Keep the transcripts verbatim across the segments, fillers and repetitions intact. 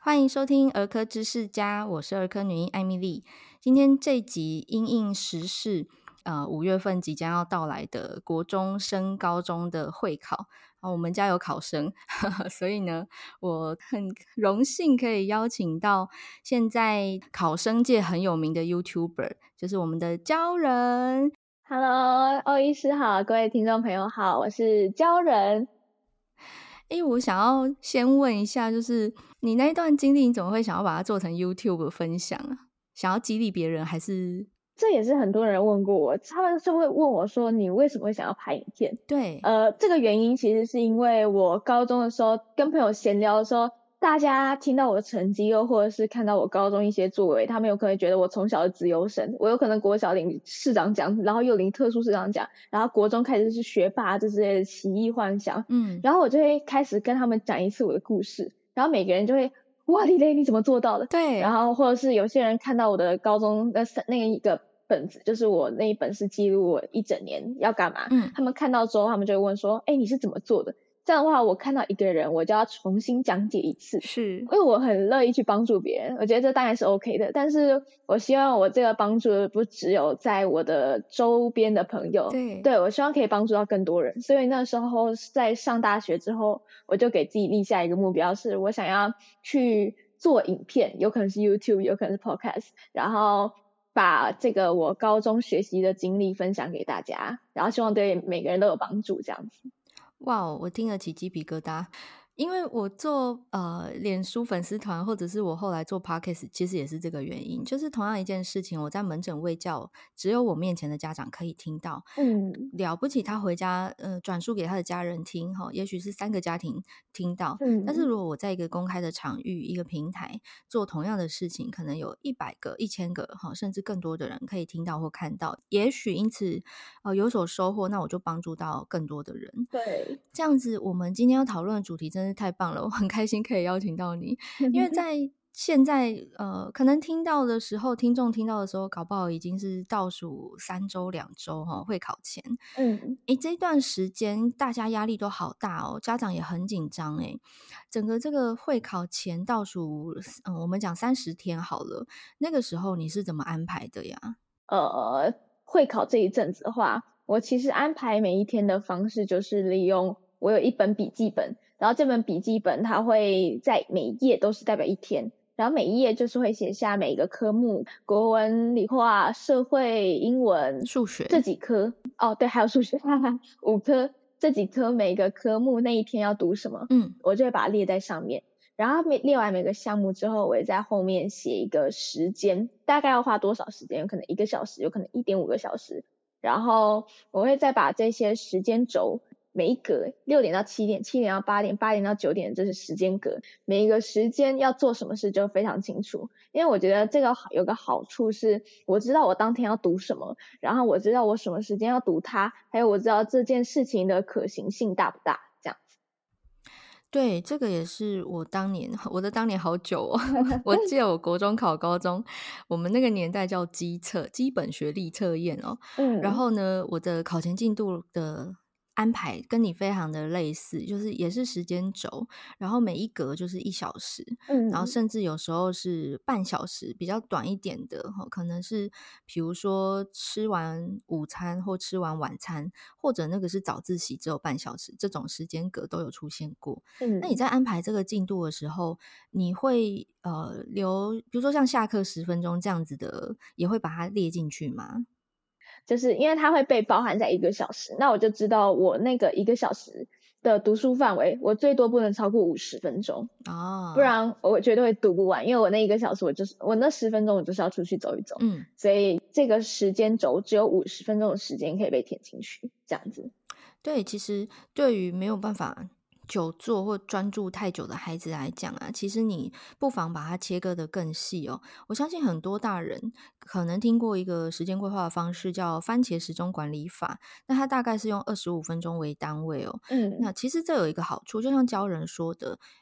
欢迎收听儿科知识家，我是儿科女医艾米丽。今天这集因应时事，呃，五月份即将要到来的国中升高中的会考，啊，我们家有考生，所以呢，我很荣幸可以邀请到现在考生界很有名的 YouTuber， 就是我们的鲛人。 Hello， 欧医师好，各位听众朋友好，我是鲛人。 诶，我想要先问一下，就是你那一段经历，你怎么会想要把它做成 YouTube 分享啊？想要激励别人，还是？ 这也是很多人问过我，他们就会问我说，你为什么会想要拍影片？ 对， 呃，这个原因其实是因为我高中的时候跟朋友闲聊的时候，大家听到我的成绩，又或者是看到我高中一些作为，他们有可能觉得我从小的资优生，我有可能国小领市长奖，然后又领特殊市长奖，然后国中开始是学霸这之类的奇异幻想， 嗯， 然后我就会开始跟他们讲一次我的故事，然后每个人就会哇李雷你怎么做到的？ 对， 然后或者是有些人看到我的高中的那一个本子，就是我那一本是记录我一整年要干嘛， 嗯， 他们看到之后他们就会问说，哎，你是怎么做的？这样的话我看到一个人我就要重新讲解一次， 是， 因为我很乐意去帮助别人，我觉得这当然是 OK 的，但是我希望我这个帮助不只有在我的周边的朋友， 对， 对，我希望可以帮助到更多人，所以那时候在上大学之后，我就给自己立下一个目标，是我想要去做影片，有可能是 YouTube， 有可能是 Podcast， 然后把这个我高中学习的经历分享给大家，然后希望对每个人都有帮助这样子。 哇，我听了起鸡皮疙瘩。因为我做呃脸书粉丝团，或者是我后来做 podcast， 其实也是这个原因，就是同样一件事情，我在门诊卫教，只有我面前的家长可以听到。 嗯， 了不起，他回家呃转述给他的家人听，哈，也许是三个家庭听到。但是嗯， 如果我在一个公开的场域、一个平台做同样的事情，可能有一百个、一千个，哈，甚至更多的人可以听到或看到。也许因此呃有所收获，那我就帮助到更多的人。 对， 这样子，我们今天要讨论的主题真是太棒了，我很开心可以邀请到你，因为在现在呃，可能听到的时候，听众听到的时候，搞不好已经是倒数三周、两周哈，会考前。 嗯。 诶，这段时间大家压力都好大哦，家长也很紧张诶。整个这个会考前倒数，嗯、我们讲三十天好了，那个时候你是怎么安排的呀？ 呃，会考这一阵子的话，我其实安排每一天的方式就是利用我有一本笔记本，然后这本笔记本它会在每一页都是代表一天，然后每一页就是会写下每一个科目，国文、理化、社会、英文数学这几科，哦对，还有数学，哈哈，五科，这几科每个科目那一天要读什么， 嗯， 我就会把它列在上面。然后每列完每个项目之后，我会在后面写一个时间，大概要花多少时间？有可能一个小时，有可能一点五个小时。然后我会再把这些时间轴，每一格六点到七点，七点到八点，八点到九点，这是时间格。每一个时间要做什么事就非常清楚，因为我觉得这个有个好处是，我知道我当天要读什么，然后我知道我什么时间要读它，还有我知道这件事情的可行性大不大，这样子。 对，这个也是我当年我的当年好久哦，我记得我国中考高中，我们那个年代叫基测，基本学历测验哦。然嗯后呢，我的考前进度的安排跟你非常的类似，就是也是时间轴，然后每一格就是一小时，然后嗯甚至有时候是半小时，比较短一点的哈，可能是比如说吃完午餐或吃完晚餐，或者那个是早自习只有半小时，这种时间格都有出现过。那你嗯。 在安排这个进度的时候，你会呃留，比如说像下课十分钟这样子的，也会把它列进去吗？ 就是因为它会被包含在一个小时，那我就知道我那个一个小时的读书范围，我最多不能超过五十分钟，不哦， 然我绝对会读不完。因为我那一个小时，我就是我那十分钟，我就是要出去走一走， 嗯。 所以这个时间轴只有五十分钟的时间可以被填进去，这样子。 对，其实对于没有办法久坐或专注太久的孩子来讲啊，其实你不妨把它切割得更细哦。我相信很多大人可能听过一个时间规划的方式，叫番茄时钟管理法。那它大概是用二十五分钟为单位哦。那嗯其实这有一个好处，就像教人说的，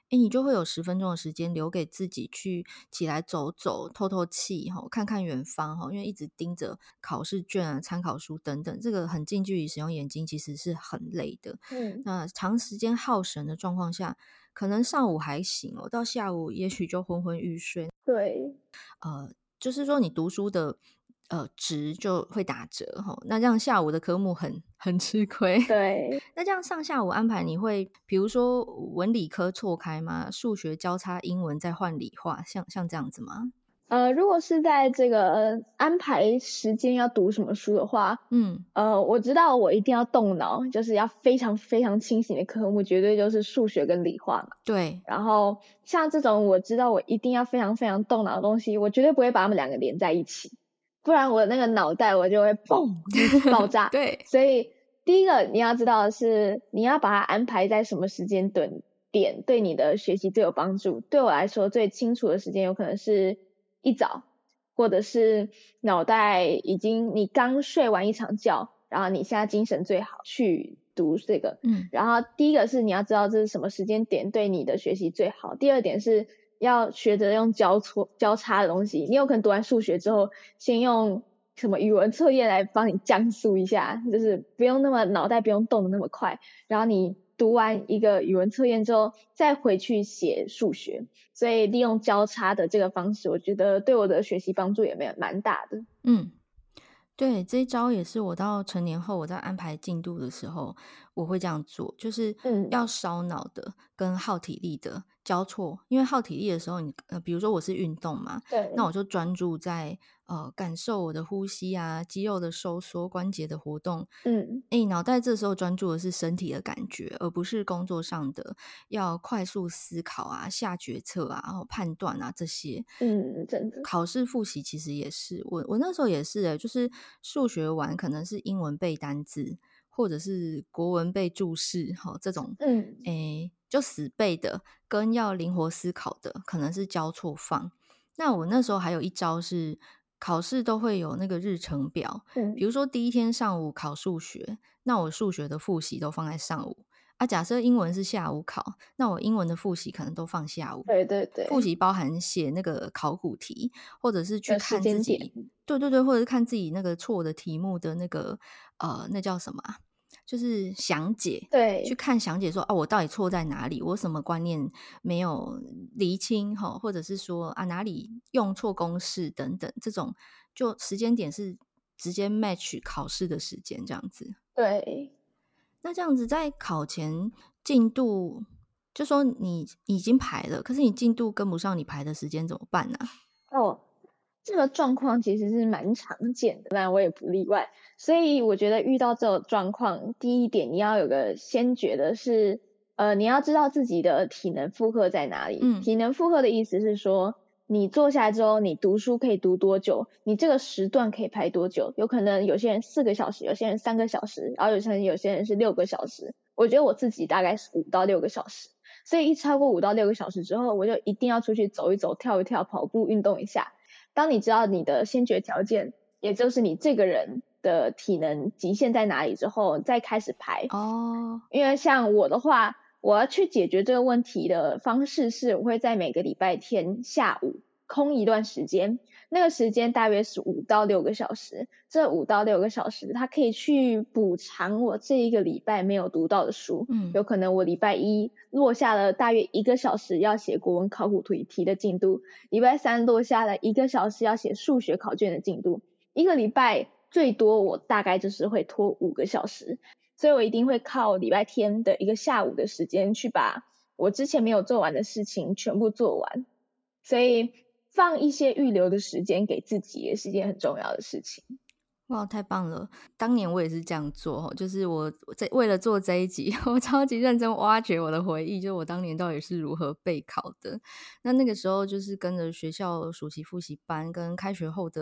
诶你就会有十分钟的时间留给自己去起来走走透透气，看看远方，因为一直盯着考试卷啊参考书等等，这个很近距离使用眼睛其实是很累的。 嗯， 那长时间耗神的状况下，可能上午还行哦，到下午也许就昏昏欲睡。 对， 呃，就是说你读书的呃值就会打折齁，那这样下午的科目很很吃亏。 对。 那这样上下午安排，你会比如说文理科错开吗？数学交叉英文再换理化，像像这样子吗？ 呃，如果是在这个安排时间要读什么书的话， 嗯， 呃，我知道我一定要动脑，就是要非常非常清醒的科目，绝对就是数学跟理化嘛。 对， 然后像这种我知道我一定要非常非常动脑的东西，我绝对不会把它们两个连在一起，不然我那个脑袋我就会嘣爆炸。 对， 所以第一个你要知道的是，你要把它安排在什么时间点点对你的学习最有帮助。对我来说最清楚的时间有可能是一早，或者是脑袋已经你刚睡完一场觉，然后你现在精神最好去读这个。 嗯， 然后第一个是你要知道这是什么时间点对你的学习最好，第二点是要学着用交错交叉的东西。你有可能读完数学之后，先用什么语文测验来帮你降速一下，就是不用那么脑袋不用动的那么快，然后你读完一个语文测验之后再回去写数学，所以利用交叉的这个方式，我觉得对我的学习帮助也蛮蛮大的。 嗯。对，这一招也是我到成年后我在安排进度的时候我会这样做，就是嗯， 要烧脑的跟耗体力的交错。因为耗体力的时候你呃，比如说我是运动嘛，那对， 我就专注在呃感受我的呼吸啊，肌肉的收缩，关节的活动。 嗯， 诶，脑袋这时候专注的是身体的感觉，而不是工作上的要快速思考啊、下决策啊、然后判断啊这些。 嗯，真的， 考试复习其实也是，我我那时候也是诶，就是数学完可能是英文背单字，或者是国文背注释，齁，这种嗯， 诶就死背的跟要灵活思考的可能是交错放。那我那时候还有一招是考试都会有那个日程表，比嗯， 如说第一天上午考数学，那我数学的复习都放在上午啊。假设英文是下午考，那我英文的复习可能都放下午。 对对复对， 习包含写那个考古题，或者是去的时看自间点， 己对对对，或者是看自己那个错的题目的那个呃，那叫什么啊？就是详解，去对， 看详解说，哦，我到底错在哪里？我什么观念没有厘清齁，或者是说啊哪里用错公式等等，这种就时间点是直接 match 考试的时间这样子。 对， 那这样子在考前进度，就说你已经排了，可是你进度跟不上你排的时间怎么办呢？ 哦，这个状况其实是蛮常见的，那我也不例外。所以我觉得遇到这种状况，第一点你要有个先觉的是，呃，你要知道自己的体能负荷在哪里。 嗯体能负荷的意思是说，你坐下来之后，你读书可以读多久？你这个时段可以排多久？有可能有些人四个小时，有些人三个小时，然后有些人有些人是六个小时。我觉得我自己大概是五到六个小时。所以一超过五到六个小时之后，我就一定要出去走一走、跳一跳、跑步运动一下。当你知道你的先决条件，也就是你这个人的体能极限在哪里之后，再开始排。 哦， 因为像我的话，我要去解决这个问题的方式是，我会在每个礼拜天下午空一段时间，那个时间大约是五到六个小时。这五到六个小时，它可以去补偿我这一个礼拜没有读到的书。 嗯有可能我礼拜一落下了大约一个小时要写国文考古题题的进度，礼拜三落下了一个小时要写数学考卷的进度，一个礼拜最多我大概就是会拖五个小时。所以我一定会靠礼拜天的一个下午的时间去把我之前没有做完的事情全部做完。所以放一些预留的时间给自己也是一件很重要的事情。 哇，太棒了！当年我也是这样做，就是我在为了做这一集，我超级认真挖掘我的回忆，就我当年到底是如何备考的。那那个时候就是跟着学校暑期复习班跟开学后的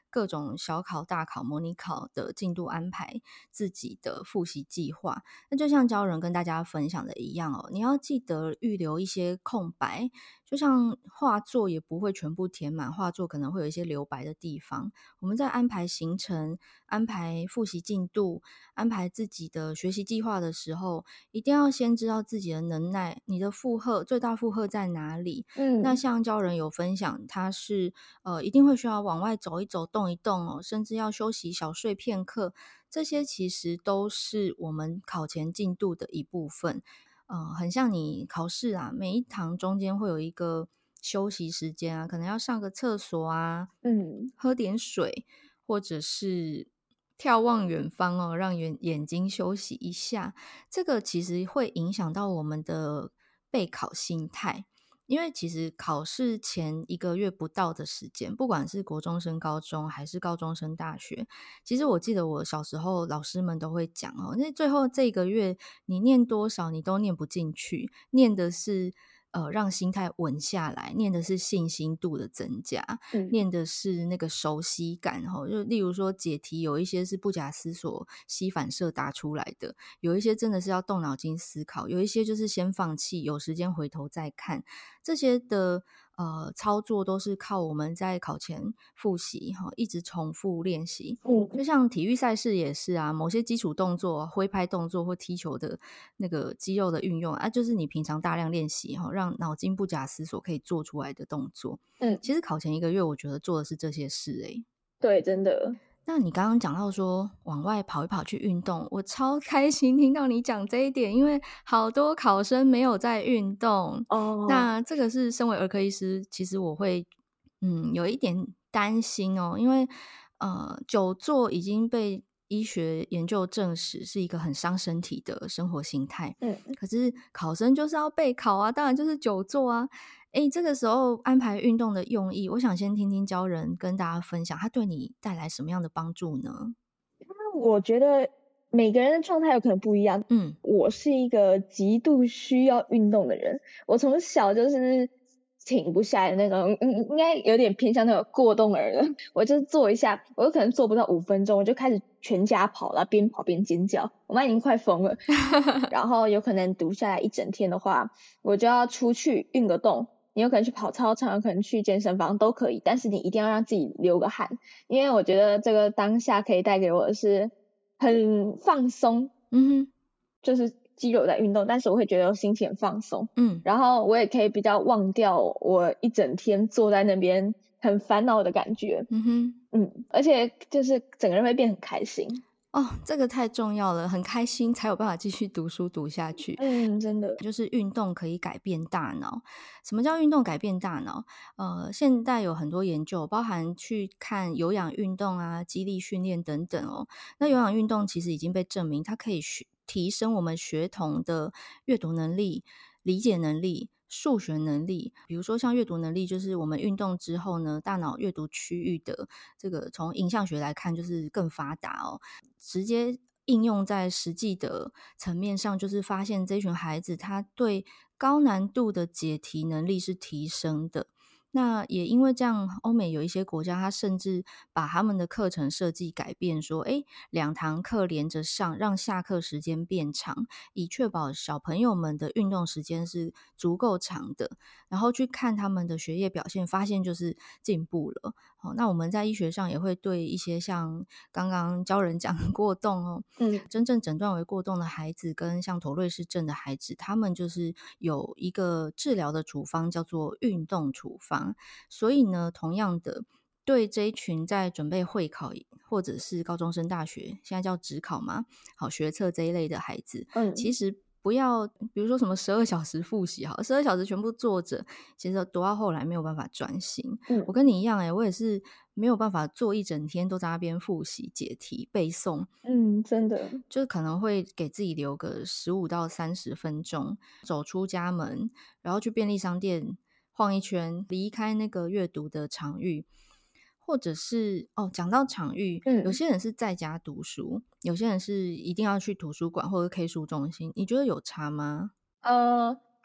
各种小考、大考、模拟考的进度安排自己的复习计划。那就像教人跟大家分享的一样哦，你要记得预留一些空白，就像画作也不会全部填满，画作可能会有一些留白的地方。我们在安排行程、安排复习进度、安排自己的学习计划的时候，一定要先知道自己的能耐，你的负荷最大负荷在哪里。那嗯像教人有分享，他是呃一定会需要往外走一走、动一动哦，甚至要休息小睡片刻，这些其实都是我们考前进度的一部分。呃，很像你考试啊，每一堂中间会有一个休息时间啊，可能要上个厕所啊， 嗯喝点水，或者是眺望远方哦，让眼眼睛休息一下。这个其实会影响到我们的备考心态。因为其实考试前一个月不到的时间，不管是国中升高中还是高中升大学，其实我记得我小时候老师们都会讲哦，那最后这个月你念多少你都念不进去，念的是呃让心态稳下来，念的是信心度的增加， 嗯念的是那个熟悉感哈。就例如说解题有一些是不假思索吸反射答出来的，有一些真的是要动脑筋思考，有一些就是先放弃，有时间回头再看。这些的呃操作都是靠我们在考前复习哈，一直重复练习。就嗯像体育赛事也是啊，某些基础动作、挥拍动作或踢球的那个肌肉的运用啊，就是你平常大量练习哈，让脑筋不假思索可以做出来的动作。 嗯， 其实考前一个月，我觉得做的是这些事诶、 对，真的。 那你刚刚讲到说往外跑一跑去运动，我超开心听到你讲这一点，因为好多考生没有在运动。 哦， 那这个是身为儿科医师，其实我会嗯有一点担心哦，因为呃久坐已经被医学研究证实是一个很伤身体的生活形态。 嗯。 可是考生就是要备考啊，当然就是久坐啊。诶，这个时候安排运动的用意，我想先听听教人跟大家分享，它对你带来什么样的帮助呢？ 我觉得每个人的状态有可能不一样。 嗯我是一个极度需要运动的人，我从小就是停不下来的那种，嗯，应该有点偏向那种过动儿了。我就坐一下，我有可能坐不到五分钟，我就开始全家跑了，边跑边尖叫，我妈已经快疯了。然后有可能读下来一整天的话，我就要出去运个动。你有可能去跑操场，有可能去健身房都可以，但是你一定要让自己流个汗，因为我觉得这个当下可以带给我的是很放松， 嗯哼就是肌肉在运动，但是我会觉得心情很放松， 嗯然后我也可以比较忘掉我一整天坐在那边很烦恼的感觉， 嗯哼。 嗯，而且就是整个人会变很开心， 哦，这个太重要了，很开心才有办法继续读书读下去。 嗯，真的， 就是运动可以改变大脑。什么叫运动改变大脑？呃，现代有很多研究，包含去看有氧运动啊、肌力训练等等哦。那有氧运动其实已经被证明，它可以学提升我们学童的阅读能力、理解能力。数学能力，比如说像阅读能力，就是我们运动之后呢，大脑阅读区域的这个从影像学来看，就是更发达哦。直接应用在实际的层面上，就是发现这群孩子他对高难度的解题能力是提升的。那也因为这样，欧美有一些国家，他甚至把他们的课程设计改变，说，诶，两堂课连着上，让下课时间变长，以确保小朋友们的运动时间是足够长的。然后去看他们的学业表现，发现就是进步了。好，那我们在医学上也会对一些像刚刚教人讲过动哦， 嗯真正诊断为过动的孩子跟像妥瑞氏症的孩子，他们就是有一个治疗的处方叫做运动处方。所以呢，同样的，对这一群在准备会考或者是高中升大学，现在叫职考嘛，好学测这一类的孩子，其嗯实不要，比如说什么十二小时复习，好，十二小时全部坐着，其实读到后来没有办法专心。我嗯跟你一样、欸，我也是没有办法坐一整天都在那边复习、解题、背诵， 嗯，真的， 就是可能会给自己留个十五到三十分钟，走出家门，然后去便利商店晃一圈，离开那个阅读的场域。或者是哦，讲到场域，有嗯些人是在家读书，有些人是一定要去图书馆或者 K 书中心，你觉得有差吗？ 呃，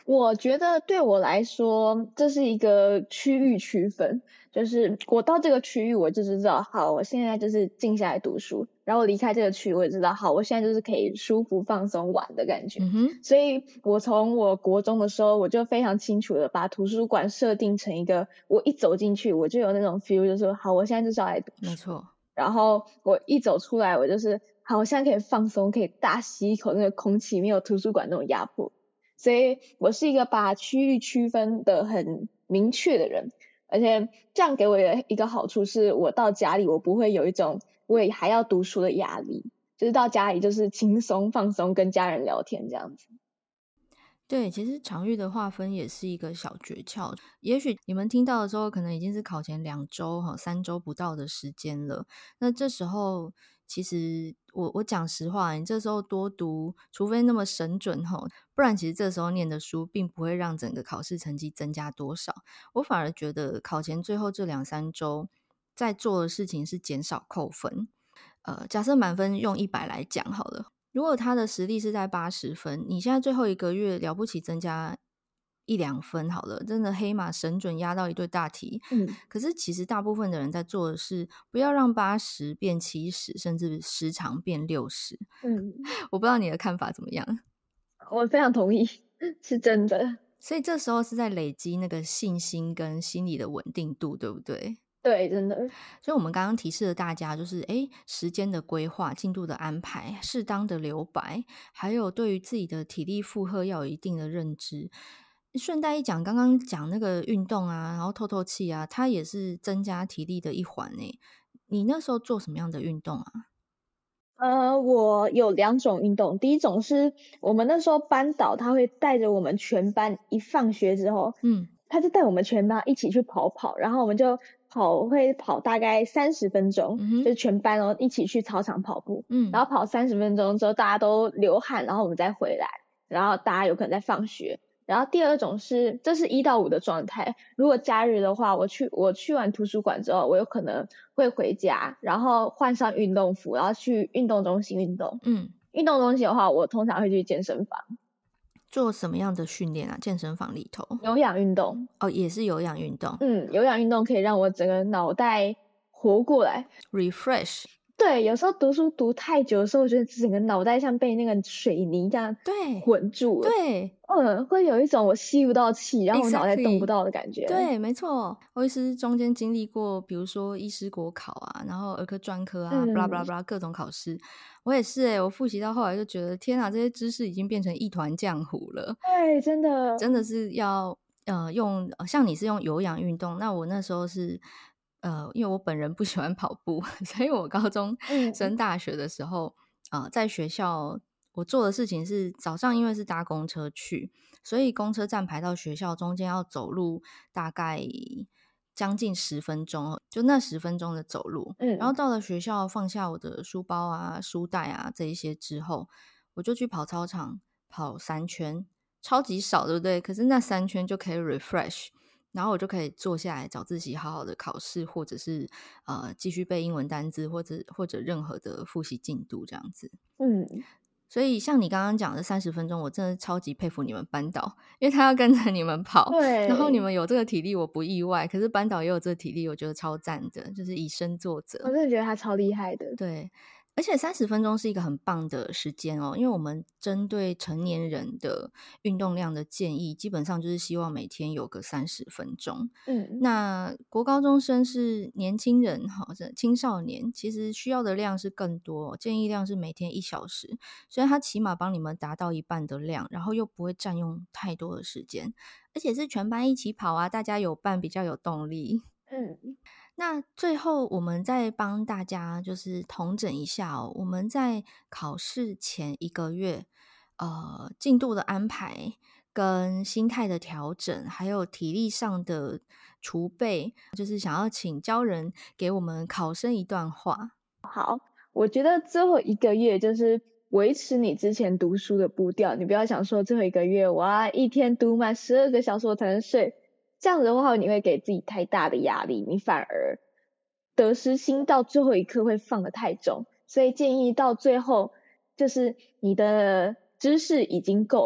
我觉得对我来说，这是一个区域区分，就是我到这个区域，我就知道，好，我现在就是静下来读书，然后离开这个区域，我也知道，好，我现在就是可以舒服放松玩的感觉。 嗯哼， 所以我从我国中的时候，我就非常清楚的把图书馆设定成一个，我一走进去，我就有那种 feel，就是说，好，我现在就是要来读书。 没错。 然后我一走出来，我就是好，我现在可以放松，可以大吸一口那个空气，没有图书馆那种压迫。所以我是一个把区域区分的很明确的人，而且这样给我的一个好处是，我到家里我不会有一种我也还要读书的压力，就是到家里就是轻松放松，跟家人聊天这样子。 对，其实场域的划分也是一个小诀窍。也许你们听到的时候，可能已经是考前两周哈、三周不到的时间了。那这时候，其实我我讲实话，你这时候多读，除非那么神准哈，不然其实这时候念的书并不会让整个考试成绩增加多少。我反而觉得考前最后这两三周在做的事情是减少扣分。呃，假设满分用一百来讲好了。如果他的实力是在八十分，你现在最后一个月了不起增加一两分好了，真的黑马神准压到一对大题。 嗯可是其实大部分的人在做的是不要让八十变七十，甚至时长变六十。 嗯， 我不知道你的看法怎么样？ 我非常同意，是真的。 所以这时候是在累积那个信心跟心理的稳定度，对不对？ 对，真的。 所以我们刚刚提示了大家，就是诶时间的规划、进度的安排、适当的留白，还有对于自己的体力负荷要有一定的认知。顺带一讲，刚刚讲那个运动啊，然后透透气啊，它也是增加体力的一环诶。你那时候做什么样的运动啊？ 呃，我有两种运动，第一种是我们那时候班导他会带着我们全班一放学之后， 嗯他就带我们全班一起去跑跑，然后我们就跑会跑大概三十分钟， 嗯哼就是全班哦一起去操场跑步， 嗯然后跑三十分钟之后大家都流汗，然后我们再回来，然后大家有可能再放学。然后第二种是，这是一到五的状态。如果假日的话，我去我去完图书馆之后，我有可能会回家，然后换上运动服，然后去运动中心运动。 嗯， 运动中心的话，我通常会去健身房， 做什么样的训练啊？健身房里头有氧运动。 哦，也是有氧运动嗯，有氧运动可以让我整个脑袋活过来。 ，refresh。 对，有时候读书读太久的时候，我觉得整个脑袋像被那个水泥这样对混住了。 对， 嗯，会有一种我吸不到气，然后我脑袋动不 Exactly， 到的感觉。 对，没错。欧医师中间经历过，比如说医师国考啊，然后儿科专科啊，巴拉巴拉嗯， 巴拉各种考试。我也是诶、我复习到后来就觉得，天啊，这些知识已经变成一团浆糊了， 对，真的。 真的是要呃用，呃像你是用有氧运动，那我那时候是呃，因为我本人不喜欢跑步，所以我高中嗯升大学的时候，呃，在学校我做的事情是早上因为是搭公车去，所以公车站排到学校中间要走路大概将近十分钟哦，就那十分钟的走路。然后嗯到了学校，放下我的书包啊、书袋啊这一些之后，我就去跑操场跑三圈，超级少，对不对？可是那三圈就可以 refresh，然后我就可以坐下来早自习好好的考试，或者是呃继续背英文单字，或者或者任何的复习进度这样子。 嗯， 所以像你刚刚讲的三十分钟，我真的超级佩服你们班导，因为他要跟着你们跑，然后你对， 们有这个体力，我不意外。可是班导也有这个体力，我觉得超赞的，就是以身作则。 我真的觉得他超厉害的。 对，而且三十分钟是一个很棒的时间哦，因为我们针对成年人的运动量的建议，基本上就是希望每天有个三十分钟。 嗯那国高中生是年轻人哈，是青少年，其实需要的量是更多，建议量是每天一小时，所以它起码帮你们达到一半的量，然后又不会占用太多的时间，而且是全班一起跑啊，大家有伴比较有动力。 嗯， 那最后我们再帮大家就是统整一下哦，我们在考试前一个月，呃，进度的安排跟心态的调整，还有体力上的储备，就是想要请教人给我们考生一段话。 我觉得最后一个月就是维持你之前读书的步调，你不要想说最后一个月我要一天读满十二个小时我才能睡，这样子的话你会给自己太大的压力，你反而得失心到最后一刻会放得太重，所以建议到最后就是你的知识已经够了，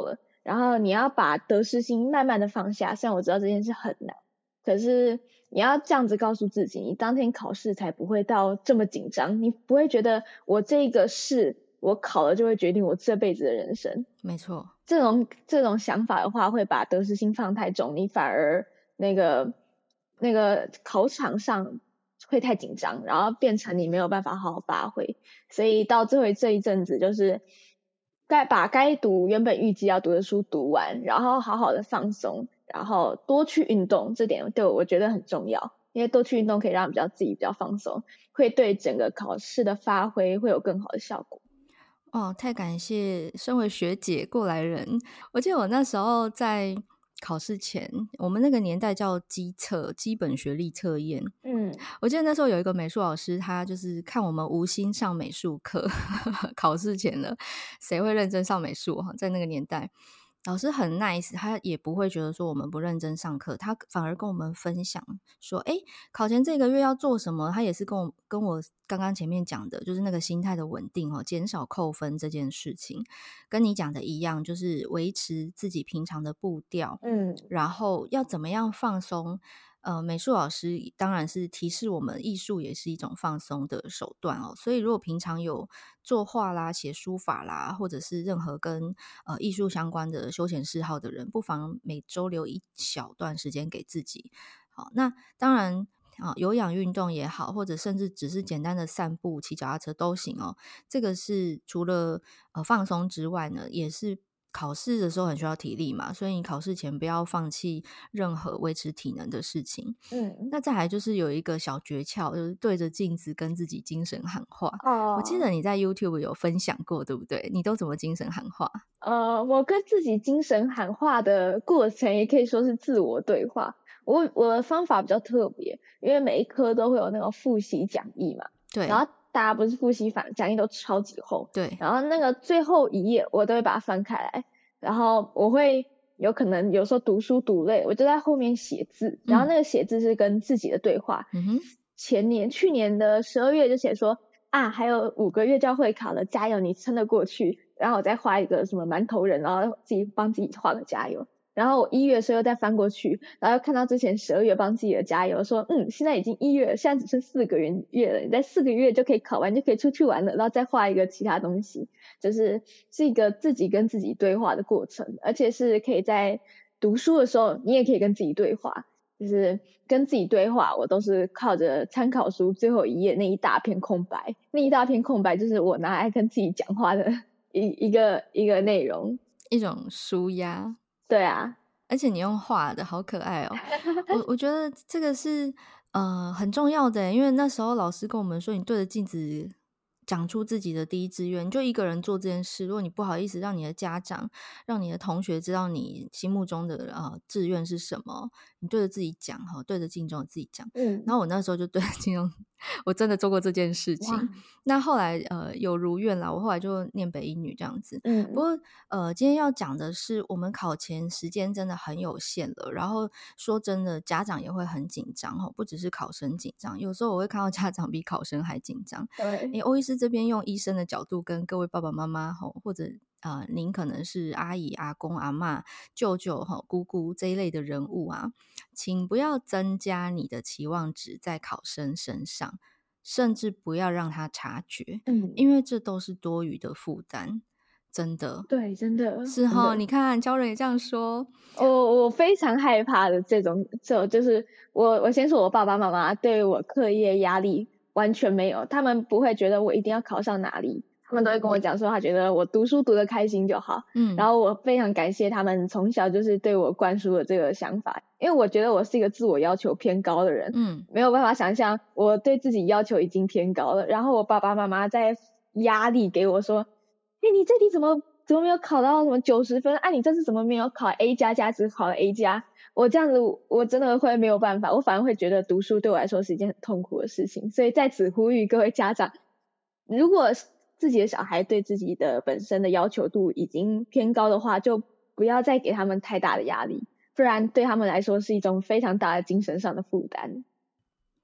然后你要把得失心慢慢的放下，虽然我知道这件事很难，可是你要这样子告诉自己，你当天考试才不会到这么紧张，你不会觉得我这个试我考了就会决定我这辈子的人生。 没错， 这种这种想法的话，会把得失心放太重，你反而那个那个考场上会太紧张，然后变成你没有办法好好发挥。所以到最后这一阵子，就是该把该读原本预计要读的书读完，然后好好的放松，然后多去运动，这点对我我觉得很重要，因为多去运动可以让比较自己比较放松，会对整个考试的发挥会有更好的效果。 哦，太感谢身为学姐过来人。我记得我那时候在考试前，我们那个年代叫基测，基本学历测验。 嗯， 我记得那时候有一个美术老师，他就是看我们无心上美术课，考试前了，谁会认真上美术哈？在那个年代，老师很 nice，他也不会觉得说我们不认真上课，他反而跟我们分享说，哎，考前这个月要做什么？他也是跟我跟我刚刚前面讲的，就是那个心态的稳定哦，减少扣分这件事情，跟你讲的一样，就是维持自己平常的步调， 嗯， 然后要怎么样放松。呃，美术老师当然是提示我们，艺术也是一种放松的手段哦。所以，如果平常有作画啦、写书法啦，或者是任何跟呃艺术相关的休闲嗜好的人，不妨每周留一小段时间给自己。好，那当然啊，有氧运动也好，或者甚至只是简单的散步、骑脚踏车都行哦。这个是除了呃放松之外呢，也是考试的时候很需要体力嘛，所以你考试前不要放弃任何维持体能的事情。 嗯， 那再来就是有一个小诀窍，就是对着镜子跟自己精神喊话。我记哦， 得你在 YouTube 有分享过，对不对？你都怎么精神喊话？ 呃，我跟自己精神喊话的过程，也可以说是自我对话。我我的方法比较特别，因为每一科都会有那种复习讲义嘛，然对后大家不是复习反讲义都超级厚， 对， 然后那个最后一页我都会把它翻开来，然后我会有可能有时候读书读累，我就在后面写字，然后那个写字是跟自己的对话。 嗯哼， 前年去年的十二月就写说啊，还有五个月就要会考了，加油，你撑得过去。然后我再画一个什么馒头人，然后自己帮自己画个加油。然后我一月的时候又再翻过去，然后又看到之前十二月帮自己的加油，说嗯，现在已经一月了，现在只剩四个月月了，你在四个月就可以考完，就可以出去玩了。然后再画一个其他东西，就是是一个自己跟自己对话的过程，而且是可以在读书的时候，你也可以跟自己对话。就是跟自己对话，我都是靠着参考书最后一页那一大片空白，那一大片空白就是我拿来跟自己讲话的一一个一个内容。 一种舒压。 对啊， 而且你用画的好可爱哦。我我觉得这个是呃很重要的，因为那时候老师跟我们说，你对着镜子讲出自己的第一志愿，你就一个人做这件事。如果你不好意思让你的家长、让你的同学知道你心目中的呃志愿是什么，你对着自己讲哈，对着镜中的自己讲。然嗯， 后我那时候就对着镜中，我真的做过这件事情。 哇， 那后来呃有如愿啦，我后来就念北一女这样子。不嗯， 过呃，今天要讲的是，我们考前时间真的很有限了。然后说真的，家长也会很紧张哦，不只是考生紧张，有时候我会看到家长比考生还紧张。诶， 对， 欧医师这边用医生的角度跟各位爸爸妈妈吼，或者呃，您可能是阿姨、阿公、阿嬷、舅舅、哈姑姑这一类的人物啊，请不要增加你的期望值在考生身上，甚至不要让他察觉， 嗯， 因为这都是多余的负担，真的。 对，真的， 是哈， 真的。 你看教人也这样说。 我我非常害怕的这种，这种就是我我先说我爸爸妈妈对我课业压力完全没有，他们不会觉得我一定要考上哪里，他们都会跟我讲说他觉得我读书读得开心就好。 嗯， 然后我非常感谢他们从小就是对我灌输了这个想法，因为我觉得我是一个自我要求偏高的人， 嗯， 没有办法想象我对自己要求已经偏高了，然后我爸爸妈妈在压力给我说，哎，你这题怎么怎么没有考到什么九十分？啊，你这次怎么没有考 A 加加，只考了 A 加？我这样子，我真的会没有办法，我反而会觉得读书对我来说是一件很痛苦的事情。所以在此呼吁各位家长，如果自己的小孩对自己的本身的要求度已经偏高的话，就不要再给他们太大的压力，不然对他们来说是一种非常大的精神上的负担。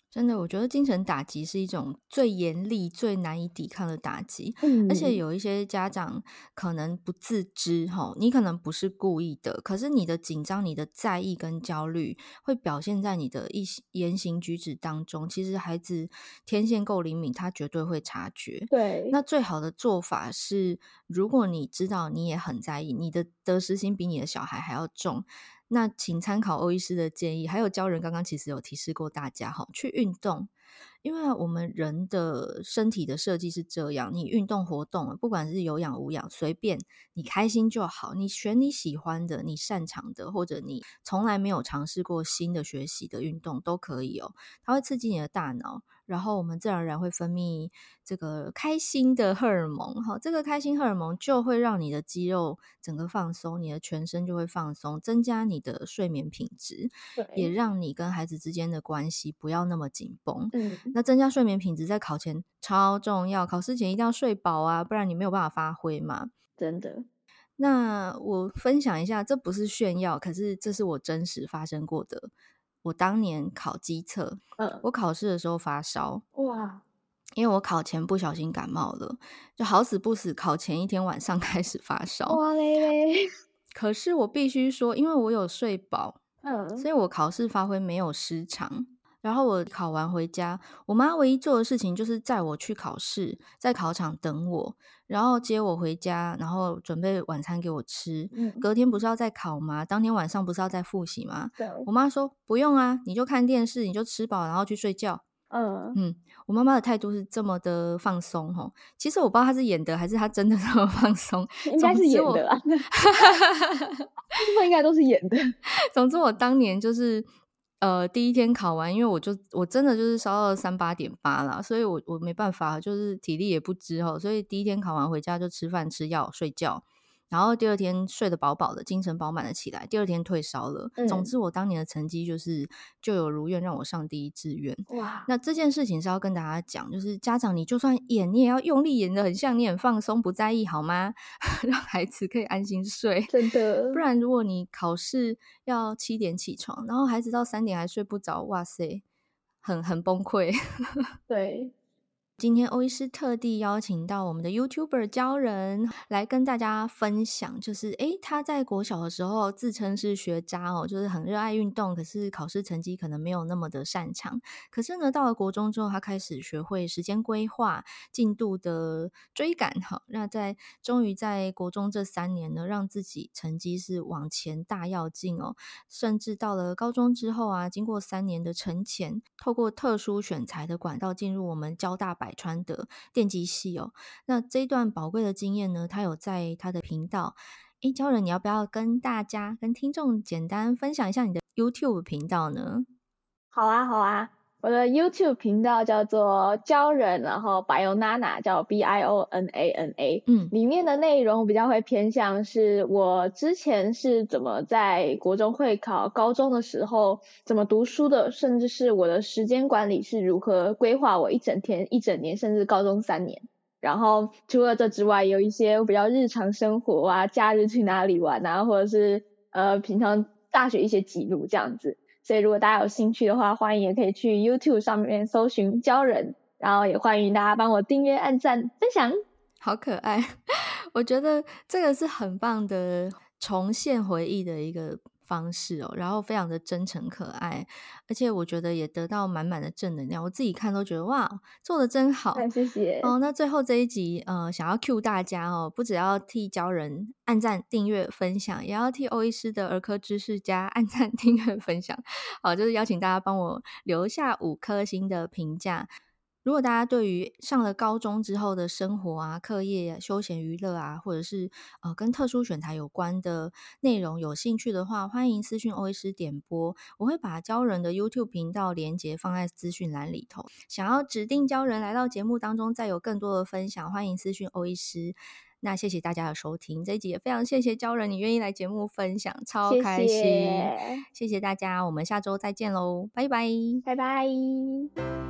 真的，我觉得精神打击是一种最严厉、最难以抵抗的打击，而且嗯， 有一些家长可能不自知齁，你可能不是故意的，可是你的紧张、你的在意跟焦虑会表现在你的一些言行举止当中，其实孩子天线够灵敏，他绝对会察觉。 对， 那最好的做法是，如果你知道你也很在意，你的得失心比你的小孩还要重，那请参考欧医师的建议，还有教人刚刚其实有提示过大家哈，去运动。因为我们人的身体的设计是这样，你运动活动，不管是有氧无氧，随便你开心就好。你选你喜欢的、你擅长的，或者你从来没有尝试过新的学习的运动都可以哦。它会刺激你的大脑，然后我们自然而然会分泌这个开心的荷尔蒙，哈，这个开心荷尔蒙就会让你的肌肉整个放松，你的全身就会放松，增加你的睡眠品质，也对， 让你跟孩子之间的关系不要那么紧绷。 嗯， 那增加睡眠品质在考前超重要，考试前一定要睡饱啊，不然你没有办法发挥嘛。 真的， 那我分享一下，这不是炫耀，可是这是我真实发生过的。我当年考机测， 嗯， 我考试的时候发烧， 哇， 因为我考前不小心感冒了，就好死不死，考前一天晚上开始发烧。 哇嘞嘞， 可是我必须说，因为我有睡饱， 嗯， 所以我考试发挥没有失常。然后我考完回家，我妈唯一做的事情就是载我去考试，在考场等我，然后接我回家，然后准备晚餐给我吃。 嗯， 隔天不是要再考吗？当天晚上不是要再复习吗？ 对， 我妈说不用啊，你就看电视，你就吃饱，然后去睡觉。 嗯， 嗯，我妈妈的态度是这么的放松吼，其实我不知道她是演的还是她真的这么放松。 应该是总之我演的啦，大部分应该都是演的， 总之我当年就是呃第一天考完，因为我就我真的就是烧到三八点八啦，所以我我没办法，就是体力也不支吼，所以第一天考完回家就吃饭吃药睡觉。然后第二天睡得饱饱的，精神饱满的起来。第二天退烧了。总嗯， 之，我当年的成绩就是就有如愿让我上第一志愿。 哇， 那这件事情是要跟大家讲，就是家长你就算演，你也要用力演的很像，你很放松，不在意好吗？让孩子可以安心睡。 真的， 不然，如果你考试要七点起床，然后孩子到三点还睡不着，哇塞，很很崩溃。 对， 今天欧医师特地邀请到我们的 YouTuber 教人来跟大家分享，就是诶他在国小的时候自称是学渣哦，就是很热爱运动，可是考试成绩可能没有那么的擅长。可是呢，到了国中之后，他开始学会时间规划、进度的追赶，哈，那在终于在国中这三年呢，让自己成绩是往前大跃进哦，甚至到了高中之后啊，经过三年的沉潜，透过特殊选材的管道进入我们交大百川的电机系哦。那这一段宝贵的经验呢，他有在他的频道。诶，教人，你要不要跟大家、跟听众简单分享一下你的 YouTube 频道呢？ 好啊，好啊，我的 YouTube 频道叫做教人，然后 Bionana 叫 B I O N A N A， 嗯， 里面的内容比较会偏向是我之前是怎么在国中会考、高中的时候怎么读书的，甚至是我的时间管理是如何规划我一整天、一整年，甚至高中三年。然后除了这之外，有一些比较日常生活啊，假日去哪里玩啊，或者是呃平常大学一些记录这样子。所以如果大家有兴趣的话，欢迎也可以去 YouTube 上面搜寻教人，然后也欢迎大家帮我订阅、按赞、分享。 好可爱，我觉得这个是很棒的重现回忆的一个方式哦，然后非常的真诚可爱，而且我觉得也得到满满的正能量，我自己看都觉得哇，做的真好。 谢谢。 哦，那最后这一集，呃，想要 cue 大家哦，不只要替教人按赞、订阅、分享，也要替欧医师的儿科知识家按赞、订阅、分享。好，就是邀请大家帮我留下五颗星的评价。如果大家对于上了高中之后的生活啊、课业、休闲娱乐啊，或者是呃跟特殊选材有关的内容有兴趣的话，欢迎私讯欧医师点播，我会把教人的 YouTube 频道连结放在资讯栏里头。想要指定教人来到节目当中，再有更多的分享，欢迎私讯欧医师。那谢谢大家的收听，这一集也非常谢谢教人你愿意来节目分享，超谢开心， 谢， 谢谢大家，我们下周再见喽，拜拜。 拜拜。